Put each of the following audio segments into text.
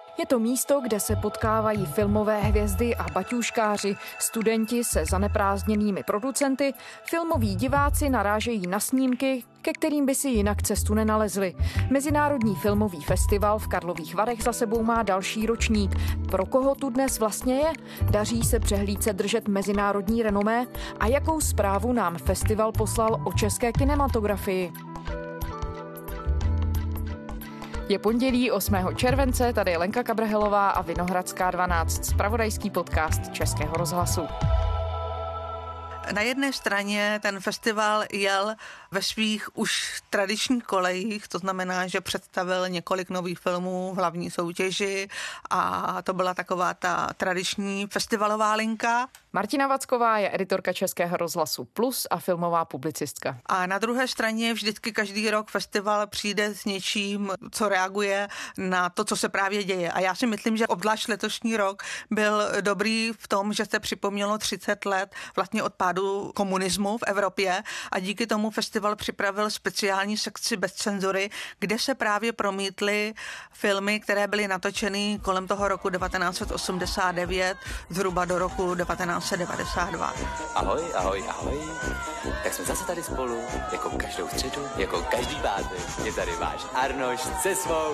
Je to místo, kde se potkávají filmové hvězdy a baťůškáři, studenti se zaneprázdněnými producenty, filmoví diváci narážejí na snímky, ke kterým by si jinak cestu nenalezli. Mezinárodní filmový festival v Karlových Varech za sebou má další ročník. Pro koho tu dnes vlastně je? Daří se přehlídce držet mezinárodní renomé? A jakou zprávu nám festival poslal o české kinematografii? Je pondělí 8. července, tady je Lenka Kabrhelová a Vinohradská 12, zpravodajský podcast Českého rozhlasu. Na jedné straně ten festival jel ve svých už tradičních kolejích, to znamená, že představil několik nových filmů v hlavní soutěži a to byla taková ta tradiční festivalová linka. Martina Vacková je editorka Českého rozhlasu Plus a filmová publicistka. A na druhé straně vždycky každý rok festival přijde s něčím, co reaguje na to, co se právě děje. A já si myslím, že obzvlášť letošní rok byl dobrý v tom, že se připomnělo 30 let vlastně od pádu komunismu v Evropě a díky tomu festival připravil speciální sekci bez cenzury, kde se právě promítly filmy, které byly natočeny kolem toho roku 1989 zhruba do roku 1992. Ahoj, ahoj, ahoj. Tak jsme zase tady spolu, jako každou středu, jako každý pátek. Je tady váš Arnoš se svou.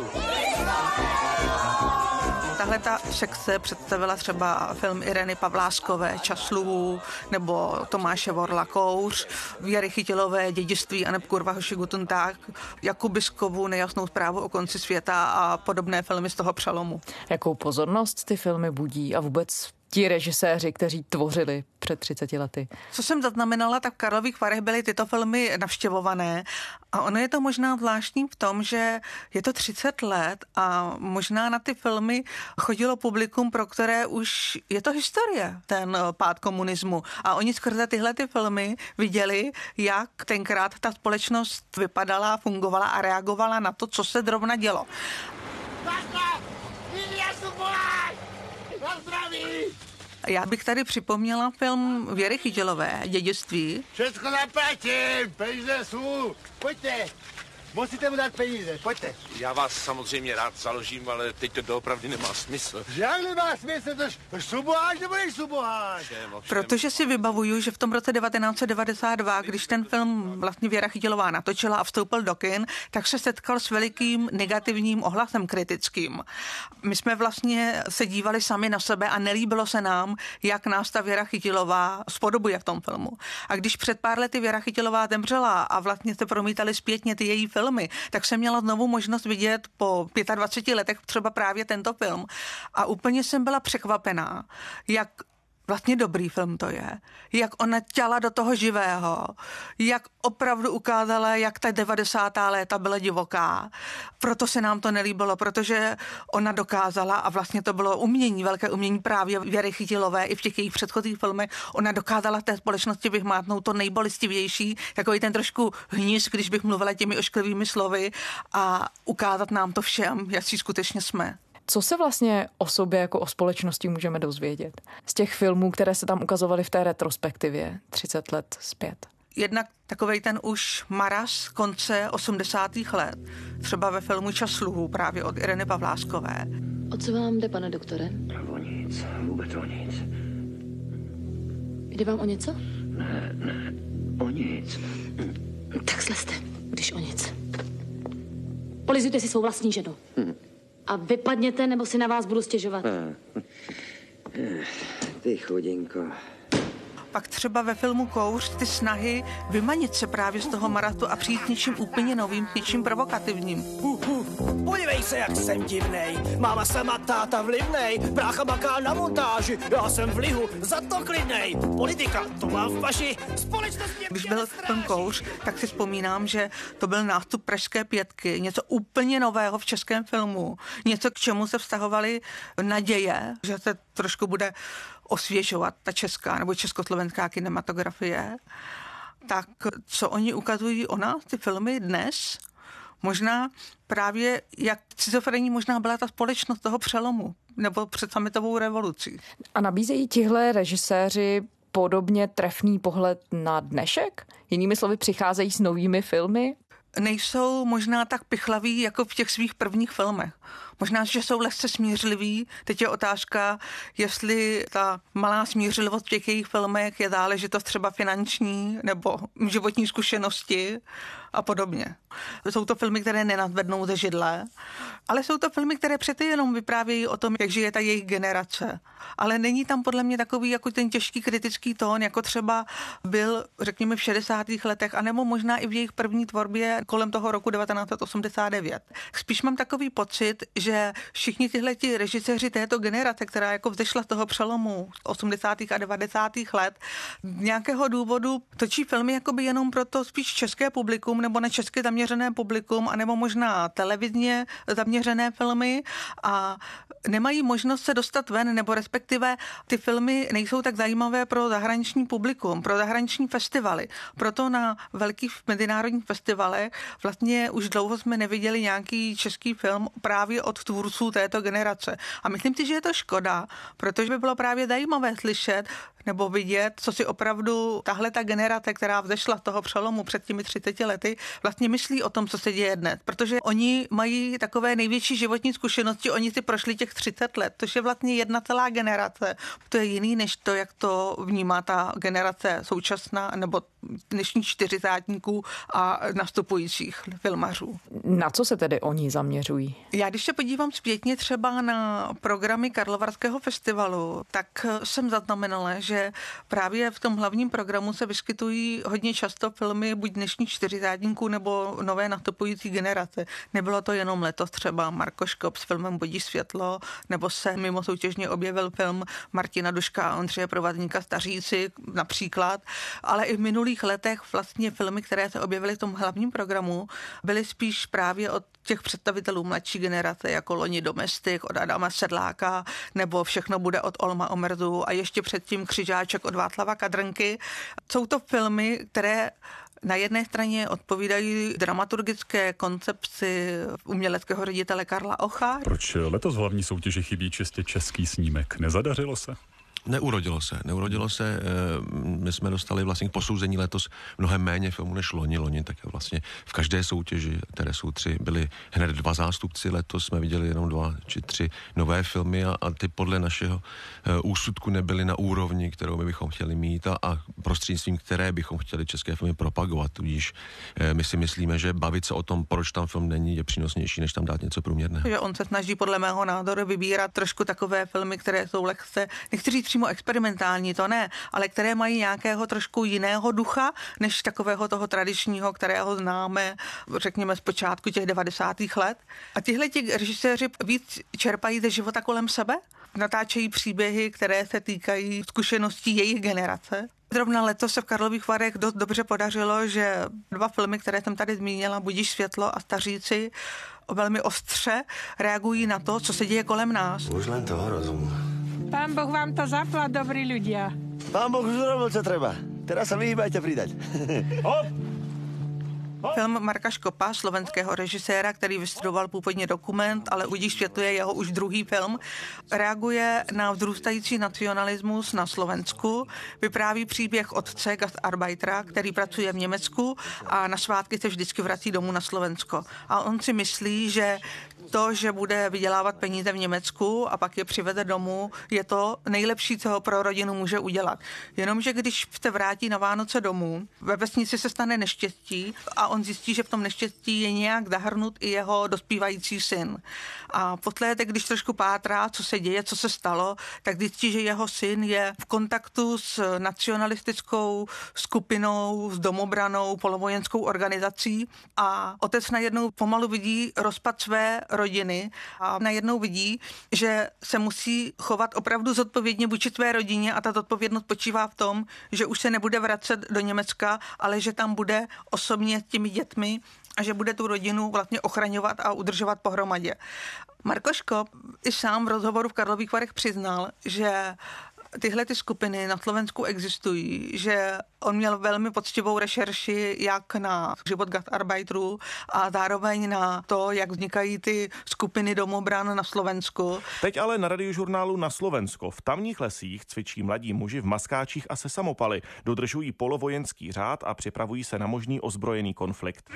Tahle ta sekce představila třeba film Ireny Pavláskové Čas sluhů nebo Tomáše Vorla Kouř, Věry Chytilové Dědictví a neb kurva hoši guten Tag, Jakubiskovu Nejasnou zprávu o konci světa a podobné filmy z toho přelomu. Jakou pozornost ty filmy budí a vůbec ti režiséři, kteří tvořili před 30 lety? Co jsem zaznamenala, tak v Karlových Varech byly tyto filmy navštěvované a ono je to možná zvláštní v tom, že je to 30 let a možná na ty filmy chodilo publikum, pro které už je to historie, ten pád komunismu. A oni skrze tyhle ty filmy viděli, jak tenkrát ta společnost vypadala, fungovala a reagovala na to, co se zrovna dělo. Já bych tady připomněla film Věry Chytilové Dědictví. Všechno zaplatím, peníze jsou, pojďte, musíte mu dát peníze, pojďte. Já vás samozřejmě rád založím, ale teď to doopravdy nemá smysl. Jak nemá smysl, tož suboháš nebo nejsi suboháš? Protože si vybavuju, že v tom roce 1992, když ten film vlastně Věra Chytilová natočila a vstoupil do kin, tak se setkal s velikým negativním ohlasem kritickým. My jsme vlastně se dívali sami na sebe a nelíbilo se nám, jak nás ta Věra Chytilová spodobuje v tom filmu. A když před pár lety Věra Chytilová zemřela a vlastně se promítali zpětně ty její filmy, tak jsem měla znovu možnost vidět po 25 letech třeba právě tento film. A úplně jsem byla překvapená, jak vlastně dobrý film to je. Jak ona ťala do toho živého. Jak opravdu ukázala, jak ta 90. léta byla divoká. Proto se nám to nelíbilo, protože ona dokázala, a vlastně to bylo umění, velké umění právě Věry Chytilové i v těch jejich předchozích filmech, ona dokázala té společnosti vyhmátnout to nejbolestivější, takový ten trošku hníz, když bych mluvila těmi ošklivými slovy a ukázat nám to všem, jak si skutečně jsme. Co se vlastně o sobě jako o společnosti můžeme dozvědět z těch filmů, které se tam ukazovaly v té retrospektivě 30 let zpět? Jednak takovej ten už maraz konce 80. let, třeba ve filmu Čas sluhů právě od Ireny Pavláskové. O co vám jde, pane doktore? O nic, vůbec o nic. Jde vám o něco? Ne, o nic. Tak slezte, když o nic. Polizujte si svou vlastní ženu. A vypadněte, nebo si na vás budu stěžovat. Ty chudinko. Pak třeba ve filmu Kouř ty snahy vymanit se právě z toho marazu a přijít něčím úplně novým, něčím provokativním. Podívej se, jak jsem divnej. Máma sama, táta vlivnej. Brácha maká na montáži. Já jsem v lihu, za to klidnej. Politika, to mám v paši. Společnost mě... Když byl film Kouř, tak si vzpomínám, že to byl nástup Pražské pětky. Něco úplně nového v českém filmu. Něco, k čemu se vztahovaly naděje, že se trošku bude osvěžovat ta česká nebo československá kinematografie. Tak co oni ukazují o nás, ty filmy dnes? Možná právě, jak schizofrenní možná byla ta společnost toho přelomu nebo před sametovou revolucí. A nabízejí tihle režiséři podobně trefný pohled na dnešek? Jinými slovy, přicházejí s novými filmy? nejsou možná tak pichlaví jako v těch svých prvních filmech. Možná, že jsou lehce smířliví. Teď je otázka, jestli ta malá smířlivost v těch jejich filmech je záležitost třeba finanční nebo životní zkušenosti a podobně. Jsou to filmy, které nenadvednou ze židle, ale jsou to filmy, které přece jenom vyprávějí o tom, jak žije ta jejich generace. Ale není tam podle mě takový jako ten těžký kritický tón, jako třeba byl, řekněme, v 60. letech, anebo možná i v jejich první tvorbě kolem toho roku 1989. Spíš mám takový pocit, že všichni tihleti režiséři této generace, která jako vzešla z toho přelomu 80. a 90. let, z nějakého důvodu točí filmy jakoby jenom pro to spíš české publikum, nebo na české zaměřené publikum, anebo možná televizně zaměřené filmy a nemají možnost se dostat ven, nebo respektive ty filmy nejsou tak zajímavé pro zahraniční publikum, pro zahraniční festivaly. Proto na velkých mezinárodních festivalech vlastně už dlouho jsme neviděli nějaký český film právě od tvůrců této generace. A myslím si, že je to škoda, protože by bylo právě zajímavé slyšet nebo vidět, co si opravdu tahle ta generace, která vzešla z toho přelomu před těmi 30 lety, vlastně myslí o tom, co se děje dnes. Protože oni mají takové největší životní zkušenosti, oni si prošli těch 30 let, což je vlastně jedna celá generace. To je jiný, než to, jak to vnímá ta generace současná, nebo dnešních čtyřicátníků a nastupujících filmařů. Na co se tedy oni zaměřují? Já když se podívám zpětně třeba na programy Karlovarského festivalu, tak jsem zaznamenala, že právě v tom hlavním programu se vyskytují hodně často filmy buď dnešních čtyřicátníků nebo nové nastupující generace. Nebylo to jenom letos třeba Marko Škop s filmem Budíš světlo, nebo se mimo soutěžně objevil film Martina Duška a Ondřeje Provazníka Staříci například, ale i v minulých letech vlastně filmy, které se objevily v tom hlavním programu, byly spíš právě od těch představitelů mladší generace, jako Loni Domestik od Adama Sedláka, nebo Všechno bude od Olma Omerzu a ještě předtím Křižáček od Václava Kadrnky. Jsou to filmy, které na jedné straně odpovídají dramaturgické koncepci uměleckého ředitele Karla Ocha. Proč letos v hlavní soutěži chybí čistě český snímek? Nezadařilo se? Neurodilo se. My jsme dostali vlastně k posouzení letos mnohem méně filmů než loni, tak vlastně v každé soutěži, které jsou 3, byly hned 2 zástupci, letos jsme viděli jenom 2 či 3 nové filmy a ty podle našeho úsudku nebyly na úrovni, kterou my bychom chtěli mít a prostřednictvím které bychom chtěli české filmy propagovat. Tudíž my si myslíme, že bavit se o tom, proč tam film není, je přínosnější, než tam dát něco průměrného. Že on se snaží podle mého názoru vybírat trošku takové filmy, které jsou lehce, nechci říct přímo experimentální, to ne, ale které mají nějakého trošku jiného ducha, než takového toho tradičního, kterého známe, řekněme, z počátku těch 90. let. A tihleti režiséři víc čerpají ze života kolem sebe, natáčejí příběhy, které se týkají zkušeností jejich generace. Zrovna letos se v Karlových Varech dost dobře podařilo, že 2 filmy, které jsem tady zmínila, Budíš světlo a Staříci, velmi ostře reagují na to, co se děje kolem nás. Už len toho rozumu. Pán Boh vám to zaplať, dobrí ľudia. Pán Boh už urobil, čo treba. Teraz sa vyhýbajte pridať. Hop! Film Marka Škopa, slovenského režiséra, který vystudoval původně dokument, ale Budíš světlo je jeho už druhý film, reaguje na vzrůstající nacionalismus na Slovensku, vypráví příběh otce Gastarbeitera, který pracuje v Německu a na svátky se vždycky vrací domů na Slovensko. A on si myslí, že to, že bude vydělávat peníze v Německu a pak je přivede domů, je to nejlepší, co ho pro rodinu může udělat. Jenomže když se vrátí na Vánoce domů, ve vesnici se stane neštěstí a on zjistí, že v tom neštěstí je nějak zahrnut i jeho dospívající syn. A posléze, když trošku pátrá, co se děje, co se stalo, tak zjistí, že jeho syn je v kontaktu s nacionalistickou skupinou, s domobranou polovojenskou organizací a otec najednou pomalu vidí rozpad své rodiny a najednou vidí, že se musí chovat opravdu zodpovědně vůči své rodině a ta zodpovědnost počívá v tom, že už se nebude vracet do Německa, ale že tam bude osobně s těmi dětmi a že bude tu rodinu vlastně ochraňovat a udržovat pohromadě. Marko Škop i sám v rozhovoru v Karlových Varech přiznal, že tyhle ty skupiny na Slovensku existují, že on měl velmi poctivou rešerši jak na život gastarbeiterů a zároveň na to, jak vznikají ty skupiny domobran na Slovensku. Teď ale na Radiožurnálu Na Slovensko. V tamních lesích cvičí mladí muži v maskáčích a se samopaly, dodržují polovojenský řád a připravují se na možný ozbrojený konflikt.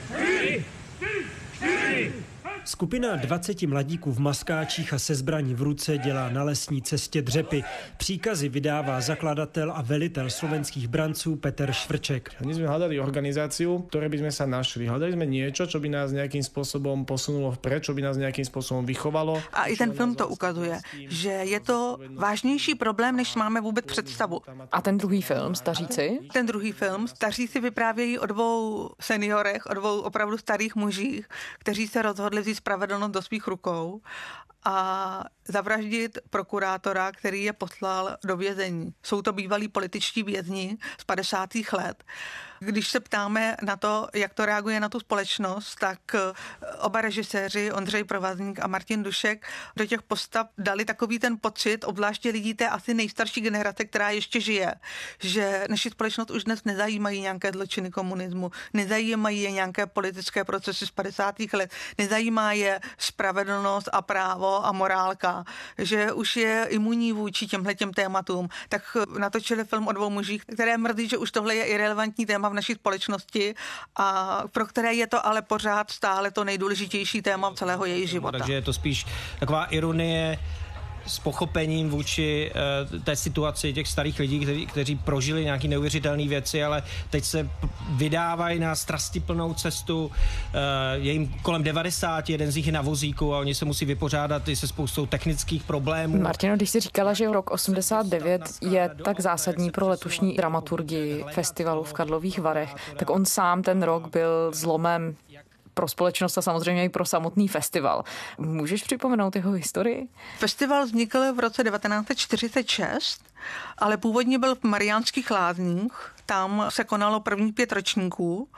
Skupina 20 mladíků v maskáčích a se zbraní v ruce dělá na lesní cestě dřepy. Příkazy vydává zakladatel a velitel slovenských branců Peter Švrček. My sme hľadali organizáciu, ktoré by sme sa našli. Hľadali sme niečo, čo by nás nejakým spôsobom posunulo vpred, čo by nás nejakým spôsobom vychovalo. A i ten film to ukazuje, že je to vážnější problém, než máme vůbec představu. A ten druhý film, Staříci? Ten druhý film, Staříci, vyprávějí o dvou seniorech, o dvou opravdu starých mužích, kteří se rozhodli vzít spravedlnost do svých rukou a zavraždit prokurátora, který je poslal do vězení. Jsou to bývalí političtí vězni z 50. let. Když se ptáme na to, jak to reaguje na tu společnost, tak oba režiséři, Ondřej Provazník a Martin Dušek, do těch postav dali takový ten pocit, obzvláště lidí té asi nejstarší generace, která ještě žije, že naši společnost už dnes nezajímají nějaké zločiny komunismu, nezajímají je nějaké politické procesy z 50. let, nezajímá je spravedlnost a právo a morálka, že už je imunní vůči těmhletěm tématům. Tak natočili film o dvou mužích, které mrzí, že už tohle je irelevantní téma v naší společnosti a pro které je to ale pořád stále to nejdůležitější téma celého její života. Takže je to spíš taková ironie s pochopením vůči té situaci těch starých lidí, kteří prožili nějaké neuvěřitelné věci, ale teď se vydávají na strastiplnou cestu. Je jim kolem 90, jeden z nich je na vozíku a oni se musí vypořádat i se spoustou technických problémů. Martino, když jsi říkala, že rok 89 je tak zásadní pro letošní dramaturgii festivalu v Karlových Varech, tak on sám ten rok byl zlomem pro společnost a samozřejmě i pro samotný festival. Můžeš připomenout jeho historii? Festival vznikl v roce 1946, ale původně byl v Mariánských Lázních. Tam se konalo prvních 5 ročníků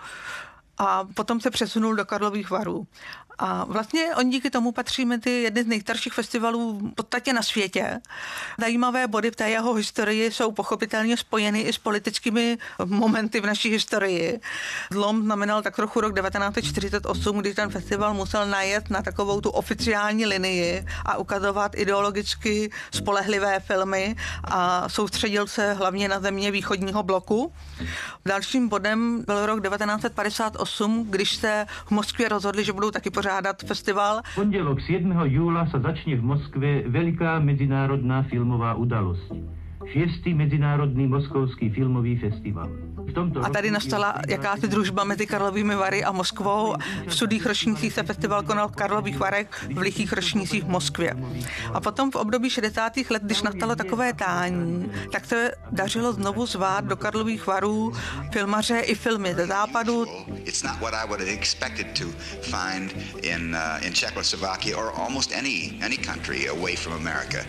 a potom se přesunul do Karlových Varů. A vlastně on díky tomu patří mezi jedny z nejstarších festivalů v podstatě na světě. Zajímavé body v té jeho historii jsou pochopitelně spojeny i s politickými momenty v naší historii. Zlom znamenal tak trochu rok 1948, kdy ten festival musel najet na takovou tu oficiální linii a ukazovat ideologicky spolehlivé filmy a soustředil se hlavně na země východního bloku. Dalším bodem byl rok 1958, když se v Moskvě rozhodli, že budou taky pořádat festival. Pondelok 7. júla sa začne v Moskve veľká medzinárodná filmová udalosť. 6. mezinárodní moskovský filmový festival. A tady nastala jakási družba mezi Karlovými Vary a Moskvou. V sudých ročnících se festival konal v Karlových Varech, v lichých ročnících v Moskvě. A potom v období 60. let, když nastalo takové tání, tak se dařilo znovu zvát do Karlových Varů filmaře i filmy ze západu. It's not what I would have expected to find in Czechoslovakia or almost any country away from America.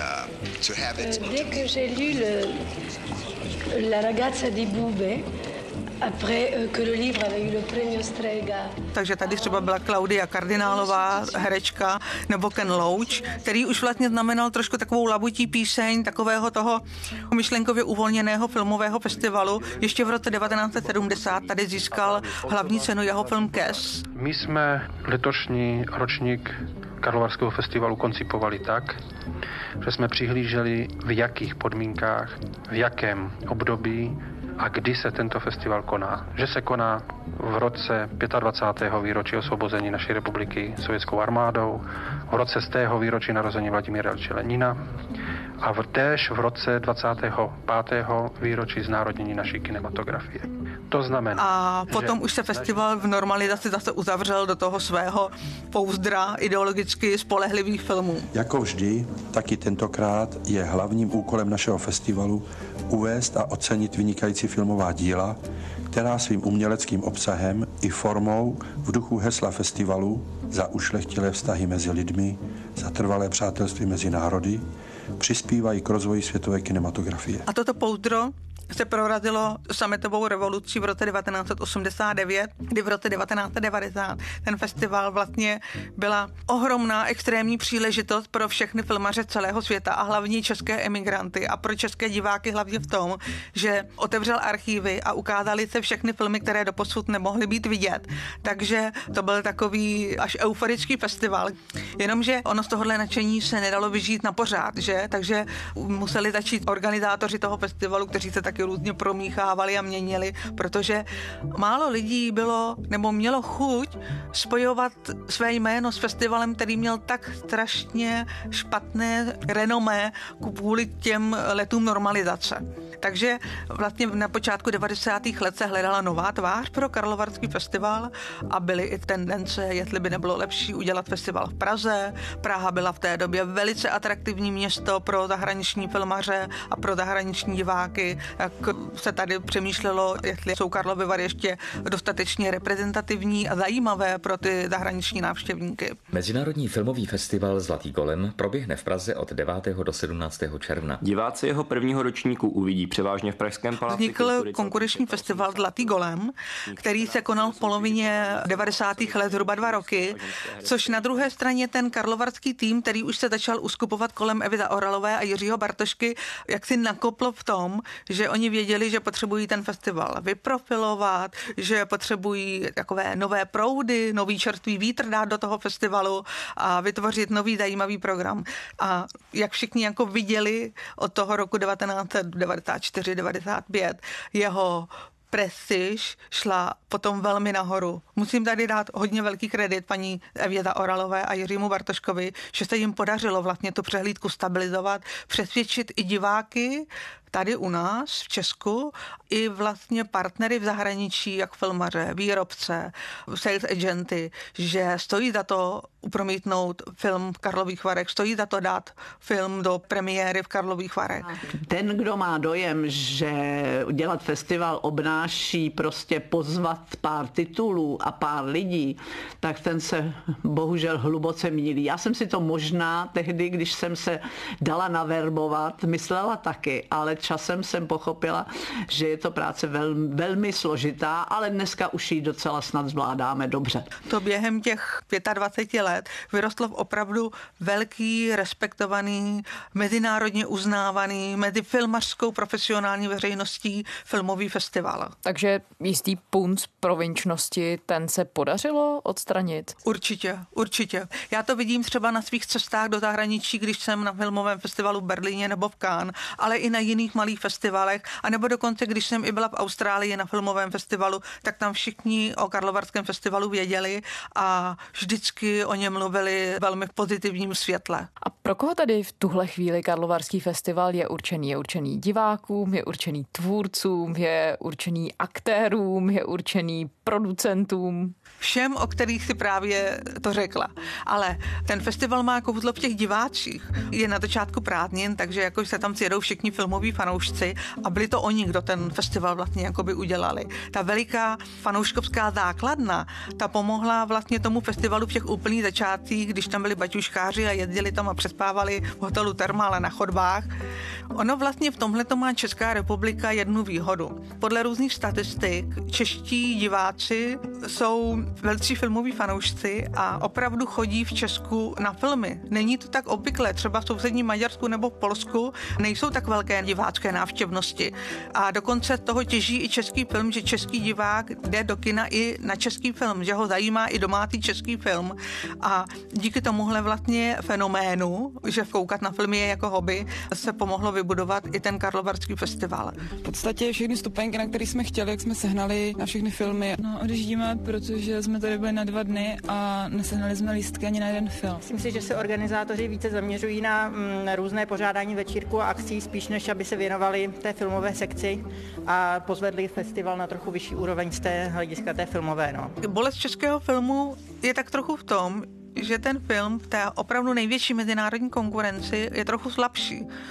To have it. La ragazza di Bube, après que le livre avait eu le premio Strega. Takže tady třeba byla Klaudia Kardinálová, herečka, nebo Ken Loach, který už vlastně znamenal trošku takovou labutí píseň takového toho myšlenkově uvolněného filmového festivalu. Ještě v roce 1970 tady získal hlavní cenu jeho film Kes. My jsme letošní ročník Karlovarského festivalu koncipovali tak, že jsme přihlíželi, v jakých podmínkách, v jakém období a kdy se tento festival koná. Že se koná v roce 25. výročí osvobození naší republiky sovětskou armádou, v roce 100. výročí narození Vladimíra Iljiče Lenina a též v roce 25. výročí znárodnění naší kinematografie. To znamená, a potom už se festival v normalizaci zase uzavřel do toho svého pouzdra ideologicky spolehlivých filmů. Jako vždy, taky tentokrát je hlavním úkolem našeho festivalu uvést a ocenit vynikající filmová díla, která svým uměleckým obsahem i formou v duchu hesla festivalu za ušlechtilé vztahy mezi lidmi, za trvalé přátelství mezi národy, přispívají k rozvoji světové kinematografie. A toto pouzdro se prorazilo sametovou revolucí v roce 1989, kdy v roce 1990 ten festival vlastně byla ohromná extrémní příležitost pro všechny filmaře celého světa a hlavně české emigranty a pro české diváky hlavně v tom, že otevřel archívy a ukázali se všechny filmy, které doposud nemohly být vidět. Takže to byl takový až euforický festival. Jenomže ono z tohohle nadšení se nedalo vyžít na pořád, že? Takže museli začít organizátoři toho festivalu, kteří se taky různě promíchávali a měnili, protože málo lidí bylo nebo mělo chuť spojovat své jméno s festivalem, který měl tak strašně špatné renomé kvůli těm letům normalizace. Takže vlastně na počátku 90. let se hledala nová tvář pro Karlovarský festival a byly i tendence, jestli by nebylo lepší udělat festival v Praze. Praha byla v té době velice atraktivní město pro zahraniční filmaře a pro zahraniční diváky. Jak se tady přemýšlelo, jestli jsou Karlovy Vary ještě dostatečně reprezentativní a zajímavé pro ty zahraniční návštěvníky. Mezinárodní filmový festival Zlatý golem proběhne v Praze od 9. do 17. června. Diváci jeho prvního ročníku uvidí převážně v Pražském paláci. Vznikl konkurenční festival Zlatý golem, který se konal v polovině 90. let zhruba 2 roky, což na druhé straně ten karlovarský tým, který už se začal uskupovat kolem Evy Zaoralové a Jiřího Bartošky, jak si nakoplo v tom, že oni věděli, že potřebují ten festival vyprofilovat, že potřebují takové nové proudy, nový čerstvý vítr dát do toho festivalu a vytvořit nový zajímavý program. A jak všichni jako viděli od toho roku 1994-95, jeho prestiž šla potom velmi nahoru. Musím tady dát hodně velký kredit paní Evě Zaoralové a Jiřímu Bartoškovi, že se jim podařilo vlastně tu přehlídku stabilizovat, přesvědčit i diváky tady u nás v Česku, i vlastně partnery v zahraničí, jak filmaře, výrobce, sales agenty, že stojí za to promítnout film v Karlových Varech, stojí za to dát film do premiéry v Karlových Varech. Ten, kdo má dojem, že dělat festival obnáší prostě pozvat pár titulů a pár lidí, tak ten se bohužel hluboce mýlí. Já jsem si to možná tehdy, když jsem se dala naverbovat, myslela taky, ale časem jsem pochopila, že je to práce velmi složitá, ale dneska už ji docela snad zvládáme dobře. To během těch 25 let vyrostlo v opravdu velký, respektovaný, mezinárodně uznávaný, mezi filmařskou profesionální veřejností filmový festival. Takže jistý punc provinčnosti, ten se podařilo odstranit? Určitě. Já to vidím třeba na svých cestách do zahraničí, když jsem na filmovém festivalu v Berlíně nebo v Cannes, ale i na jiných malých festivalech, anebo dokonce, když jsem i byla v Austrálii na filmovém festivalu, tak tam všichni o Karlovarském festivalu věděli a vždycky o něm mluvili velmi v pozitivním světle. A pro koho tady v tuhle chvíli Karlovarský festival je určený? Je určený divákům, je určený tvůrcům, je určený aktérům, je určený producentům? Všem, o kterých si právě to řekla. Ale ten festival má kouzlo v těch divácích. Je na začátku prázdnin, takže jako se tam sjedou všichni filmoví fanoušci a byli to oni, kdo ten festival vlastně jakoby udělali. Ta veliká fanouškovská základna, ta pomohla vlastně tomu festivalu v těch úplných začátcích, když tam byli baťuškáři a jezdili tam a přespávali v hotelu Thermal na chodbách. Ono vlastně v tomhle to má Česká republika jednu výhodu. Podle různých statistik čeští diváci jsou velcí filmoví fanoušci a opravdu chodí v Česku na filmy. Není to tak obvyklé, třeba v sousedním Maďarsku nebo v Polsku nejsou tak velké divácké návštěvnosti. A dokonce toho těží i český film, že český divák jde do kina i na český film, že ho zajímá i domácí český film. A díky tomuhle vlastně fenoménu, že koukat na filmy je jako hobby, se pomohlo vybudovat i ten Karlovarský festival. V podstatě všechny stupenky, na které jsme chtěli, jak jsme sehnali na všechny filmy. No, odjíždíme, protože jsme tady byli na 2 dny a nesehnali jsme lístky ani na jeden film. Myslím si, že se organizátoři více zaměřují na různé pořádání večírku a akcí, spíš než aby se věnovali té filmové sekci a pozvedli festival na trochu vyšší úroveň z té hlediska té filmové. No. Bolest českého filmu je tak trochu v tom, že ten film v té opravdu největší mezinárodní konkurenci je trochu slabší.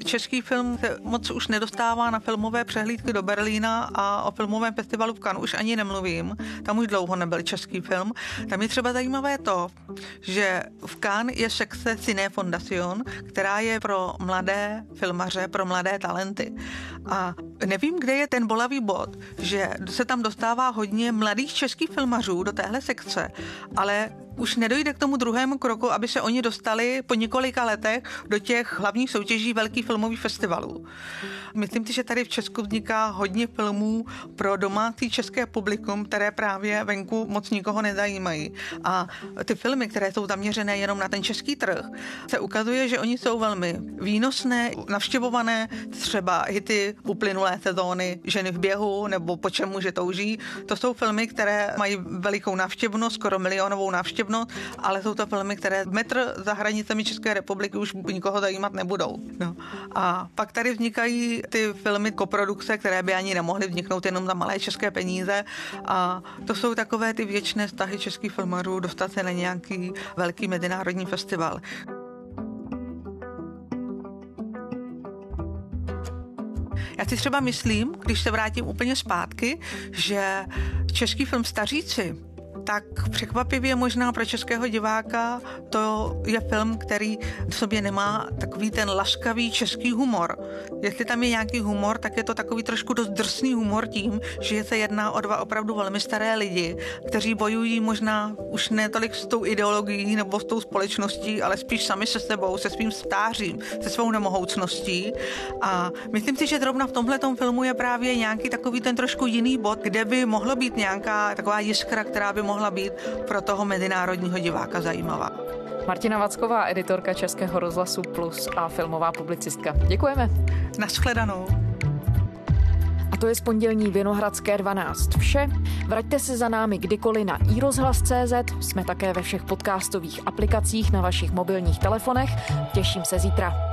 český film se moc už nedostává na filmové přehlídky do Berlína a o filmovém festivalu v Cannes už ani nemluvím. Tam už dlouho nebyl český film. Tam je třeba zajímavé to, že v Cannes je sekce Ciné Fondation, která je pro mladé filmaře, pro mladé talenty. A nevím, kde je ten bolavý bod, že se tam dostává hodně mladých českých filmařů do téhle sekce, ale už nedojde k tomu druhému kroku, aby se oni dostali po několika letech do těch hlavních soutěží velkých filmových festivalů. Myslím si, že tady v Česku vzniká hodně filmů pro domácí české publikum, které právě venku moc nikoho nezajímají. A ty filmy, které jsou zaměřené jenom na ten český trh, se ukazuje, že oni jsou velmi výnosné, navštěvované, třeba hity uplynulé sezóny Ženy v běhu nebo Po čem muži touží. To jsou filmy, které mají velikou návštěvnost, skoro milionovou návštěvnost, ale jsou to filmy, které metr za hranicemi České republiky už nikoho zajímat nebudou. No. A pak tady vznikají ty filmy koprodukce, které by ani nemohly vzniknout jenom za malé české peníze, a to jsou takové ty věčné vztahy českých filmařů dostat se na nějaký velký mezinárodní festival. Já si třeba myslím, když se vrátím úplně zpátky, že český film Staříci, tak překvapivě možná pro českého diváka to je film, který v sobě nemá takový ten laskavý český humor. Jestli tam je nějaký humor, tak je to takový trošku dost drsný humor tím, že se jedná o dva opravdu velmi staré lidi, kteří bojují možná už ne tolik s tou ideologií nebo s tou společností, ale spíš sami se sebou, se svým stářím, se svou nemohoucností. A myslím si, že zrovna v tomhletom filmu je právě nějaký takový ten trošku jiný bod, kde by mohlo být nějaká taková jiskra, která by mohla být pro toho mezinárodního diváka zajímavá. Martina Vacková, editorka Českého rozhlasu Plus a filmová publicistka. Děkujeme. Nashledanou. A to je z pondělní Vinohradské 12 vše. Vraťte se za námi kdykoliv na iRozhlas.cz. Jsme také ve všech podcastových aplikacích na vašich mobilních telefonech. Těším se zítra.